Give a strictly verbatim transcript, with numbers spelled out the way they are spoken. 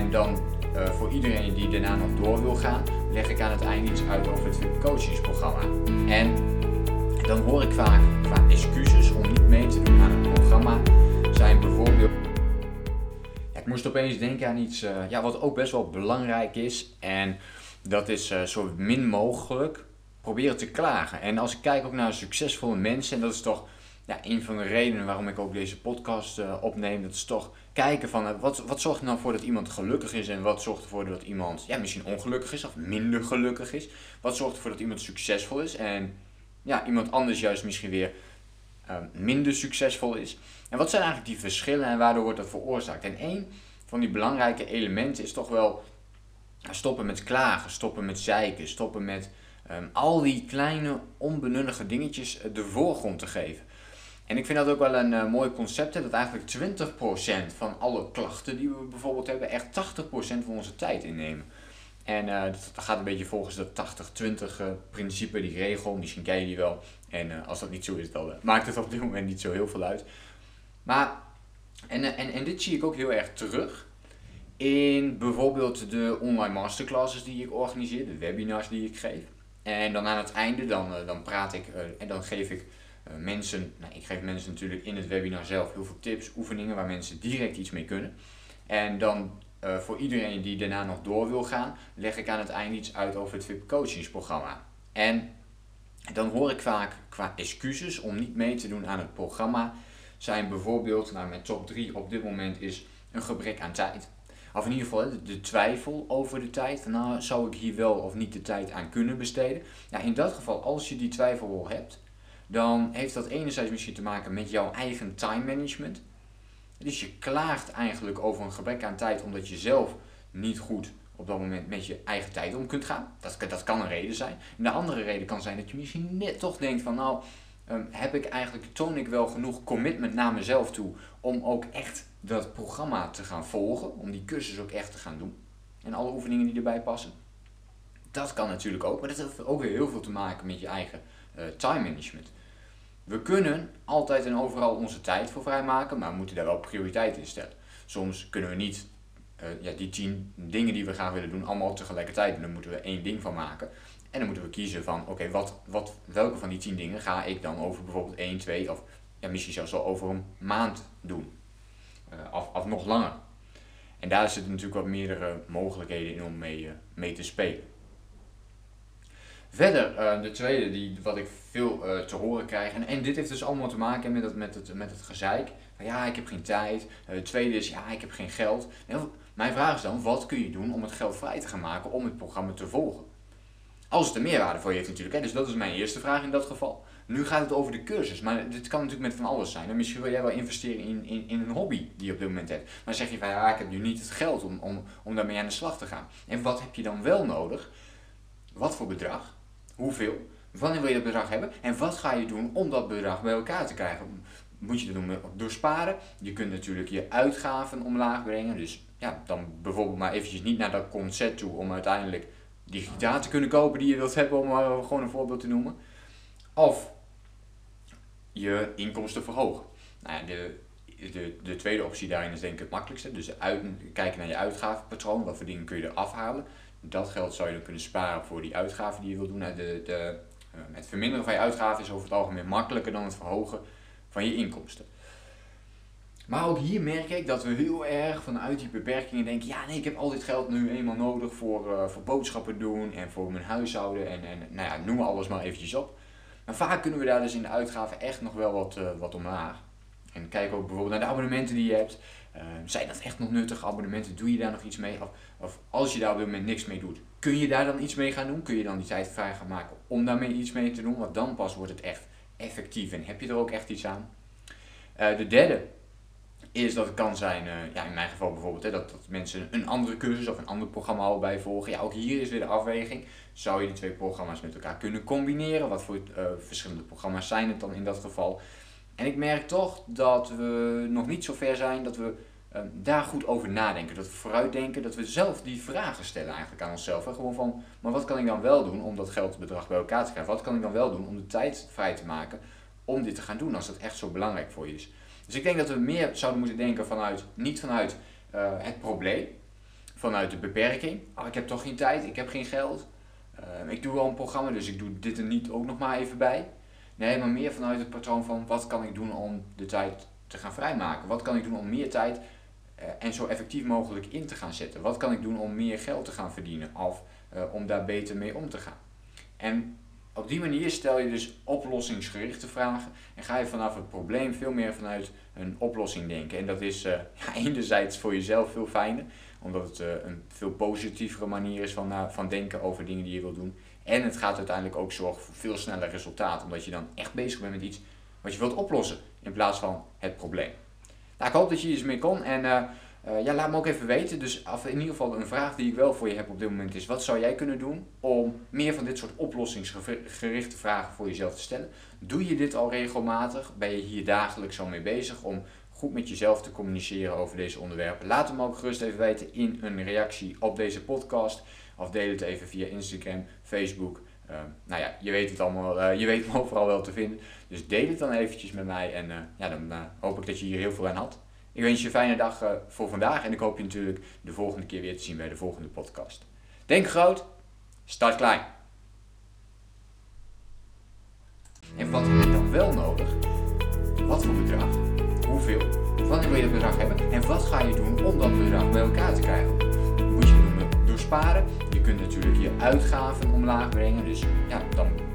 En dan uh, voor iedereen die daarna nog door wil gaan, leg ik aan het eind iets uit over het V I P coachingsprogramma. En dan hoor ik vaak, vaak excuses om niet mee te doen aan het programma. Zijn bijvoorbeeld... Ja, ik moest opeens denken aan iets uh, ja, wat ook best wel belangrijk is. En dat is uh, zo min mogelijk proberen te klagen. En als ik kijk ook naar succesvolle mensen, en dat is toch ja, een van de redenen waarom ik ook deze podcast uh, opneem, dat is toch kijken van uh, wat, wat zorgt er nou voor dat iemand gelukkig is en wat zorgt ervoor dat iemand ja, misschien ongelukkig is of minder gelukkig is. Wat zorgt ervoor dat iemand succesvol is en ja, iemand anders juist misschien weer uh, minder succesvol is. En wat zijn eigenlijk die verschillen en waardoor wordt dat veroorzaakt? En één van die belangrijke elementen is toch wel stoppen met klagen, stoppen met zeiken, stoppen met um, al die kleine onbenullige dingetjes de voorgrond te geven. En ik vind dat ook wel een uh, mooi concept, hè, dat eigenlijk twintig procent van alle klachten die we bijvoorbeeld hebben, echt tachtig procent van onze tijd innemen. En uh, dat, dat gaat een beetje volgens dat tachtig twintig uh, principe, die regel, misschien ken je die wel. En uh, als dat niet zo is, dan uh, maakt het op dit moment niet zo heel veel uit. Maar, en, uh, en, en dit zie ik ook heel erg terug in bijvoorbeeld de online masterclasses die ik organiseer, de webinars die ik geef. En dan aan het einde, dan, uh, dan praat ik uh, en dan geef ik uh, mensen, nou, ik geef mensen natuurlijk in het webinar zelf heel veel tips, oefeningen waar mensen direct iets mee kunnen. En dan uh, voor iedereen die daarna nog door wil gaan, leg ik aan het eind iets uit over het V I P coachingsprogramma. En dan hoor ik vaak qua excuses om niet mee te doen aan het programma, zijn bijvoorbeeld, nou mijn top drie op dit moment is een gebrek aan tijd. Of in ieder geval de, de twijfel over de tijd. Van, nou, zou ik hier wel of niet de tijd aan kunnen besteden? Nou, in dat geval, als je die twijfel hebt, dan heeft dat enerzijds misschien te maken met jouw eigen time management. Dus je klaagt eigenlijk over een gebrek aan tijd omdat je zelf niet goed op dat moment met je eigen tijd om kunt gaan. Dat, dat kan een reden zijn. En de andere reden kan zijn dat je misschien net toch denkt van nou, um, heb ik eigenlijk, toon ik wel genoeg commitment naar mezelf toe om ook echt dat programma te gaan volgen, om die cursus ook echt te gaan doen. En alle oefeningen die erbij passen. Dat kan natuurlijk ook, maar dat heeft ook weer heel veel te maken met je eigen uh, time management. We kunnen altijd en overal onze tijd voor vrijmaken, maar we moeten daar wel prioriteit in stellen. Soms kunnen we niet uh, ja, die tien dingen die we graag willen doen allemaal tegelijkertijd doen. Dan moeten we één ding van maken. En dan moeten we kiezen van, oké, okay, wat, wat, welke van die tien dingen ga ik dan over bijvoorbeeld één, twee of ja, misschien zelfs wel over een maand doen. Uh, of, of nog langer. En daar zitten natuurlijk wat meerdere mogelijkheden in om mee, uh, mee te spelen. Verder, uh, de tweede die, wat ik veel uh, te horen krijg, en, en dit heeft dus allemaal te maken met het, met het, met het gezeik. Van, ja, ik heb geen tijd. Uh, het tweede is, ja, ik heb geen geld. En mijn vraag is dan, wat kun je doen om het geld vrij te gaan maken om het programma te volgen? Als het een meerwaarde voor je heeft natuurlijk. Hè? Dus dat is mijn eerste vraag in dat geval. Nu gaat het over de cursus, maar dit kan natuurlijk met van alles zijn. En misschien wil jij wel investeren in, in, in een hobby die je op dit moment hebt. Maar dan zeg je van, ja, ik heb nu niet het geld om, om, om daarmee aan de slag te gaan. En wat heb je dan wel nodig? Wat voor bedrag? Hoeveel? Wanneer wil je dat bedrag hebben? En wat ga je doen om dat bedrag bij elkaar te krijgen? Moet je dat doen door sparen? Je kunt natuurlijk je uitgaven omlaag brengen. Dus ja, dan bijvoorbeeld maar eventjes niet naar dat concert toe om uiteindelijk die gitaar te kunnen kopen die je wilt hebben, om maar gewoon een voorbeeld te noemen. Of je inkomsten verhogen. Nou ja, de, de, de tweede optie daarin is denk ik het makkelijkste. Dus uit, kijken naar je uitgavenpatroon. Wat voor dingen kun je er afhalen. Dat geld zou je dan kunnen sparen voor die uitgaven die je wilt doen. Nou, de, de, het verminderen van je uitgaven is over het algemeen makkelijker dan het verhogen van je inkomsten. Maar ook hier merk ik dat we heel erg vanuit die beperkingen denken, ja nee, ik heb al dit geld nu eenmaal nodig voor, uh, voor boodschappen doen en voor mijn huishouden en, en nou ja, noem maar alles maar eventjes op. Maar vaak kunnen we daar dus in de uitgaven echt nog wel wat, uh, wat omlaag. En kijk ook bijvoorbeeld naar de abonnementen die je hebt. Uh, zijn dat echt nog nuttige abonnementen? Doe je daar nog iets mee? Of, of als je daar op dit moment niks mee doet, kun je daar dan iets mee gaan doen? Kun je dan die tijd vrij gaan maken om daarmee iets mee te doen? Want dan pas wordt het echt effectief en heb je er ook echt iets aan. Uh, de derde is dat het kan zijn, uh, ja, in mijn geval bijvoorbeeld, hè, dat, dat mensen een andere cursus of een ander programma al bij volgen. Ja, ook hier is weer de afweging. Zou je die twee programma's met elkaar kunnen combineren? Wat voor uh, verschillende programma's zijn het dan in dat geval? En ik merk toch dat we nog niet zo ver zijn dat we uh, daar goed over nadenken. Dat we vooruitdenken, dat we zelf die vragen stellen eigenlijk aan onszelf. Hè? Gewoon van, maar wat kan ik dan wel doen om dat geldbedrag bij elkaar te krijgen? Wat kan ik dan wel doen om de tijd vrij te maken om dit te gaan doen als dat echt zo belangrijk voor je is? Dus ik denk dat we meer zouden moeten denken vanuit, niet vanuit uh, het probleem, vanuit de beperking. Oh, ik heb toch geen tijd, ik heb geen geld. Uh, ik doe al een programma, dus ik doe dit er niet ook nog maar even bij. Nee, maar meer vanuit het patroon van wat kan ik doen om de tijd te gaan vrijmaken? Wat kan ik doen om meer tijd uh, en zo effectief mogelijk in te gaan zetten? Wat kan ik doen om meer geld te gaan verdienen of uh, om daar beter mee om te gaan? En op die manier stel je dus oplossingsgerichte vragen en ga je vanaf het probleem veel meer vanuit een oplossing denken. En dat is uh, ja, enerzijds voor jezelf veel fijner, omdat het uh, een veel positievere manier is van, uh, van denken over dingen die je wil doen. En het gaat uiteindelijk ook zorgen voor veel sneller resultaat, omdat je dan echt bezig bent met iets wat je wilt oplossen in plaats van het probleem. Nou, ik hoop dat je iets mee kon en uh, uh, ja, laat me ook even weten. Dus in ieder geval een vraag die ik wel voor je heb op dit moment is: wat zou jij kunnen doen om meer van dit soort oplossingsgerichte vragen voor jezelf te stellen? Doe je dit al regelmatig? Ben je hier dagelijks al mee bezig om goed met jezelf te communiceren over deze onderwerpen? Laat hem ook gerust even weten in een reactie op deze podcast. Of deel het even via Instagram, Facebook. Uh, nou ja, je weet het allemaal, uh, je weet me overal wel te vinden. Dus deel het dan eventjes met mij en uh, ja, dan uh, hoop ik dat je hier heel veel aan had. Ik wens je een fijne dag uh, voor vandaag en ik hoop je natuurlijk de volgende keer weer te zien bij de volgende podcast. Denk groot, start klein. En wat heb je dan wel nodig? Wat voor bedrag? Hoeveel? Wanneer wil je dat bedrag hebben? En wat ga je doen om dat bedrag bij elkaar te krijgen? Moet je doen door sparen. Je kunt natuurlijk je uitgaven omlaag brengen. Dus ja, dan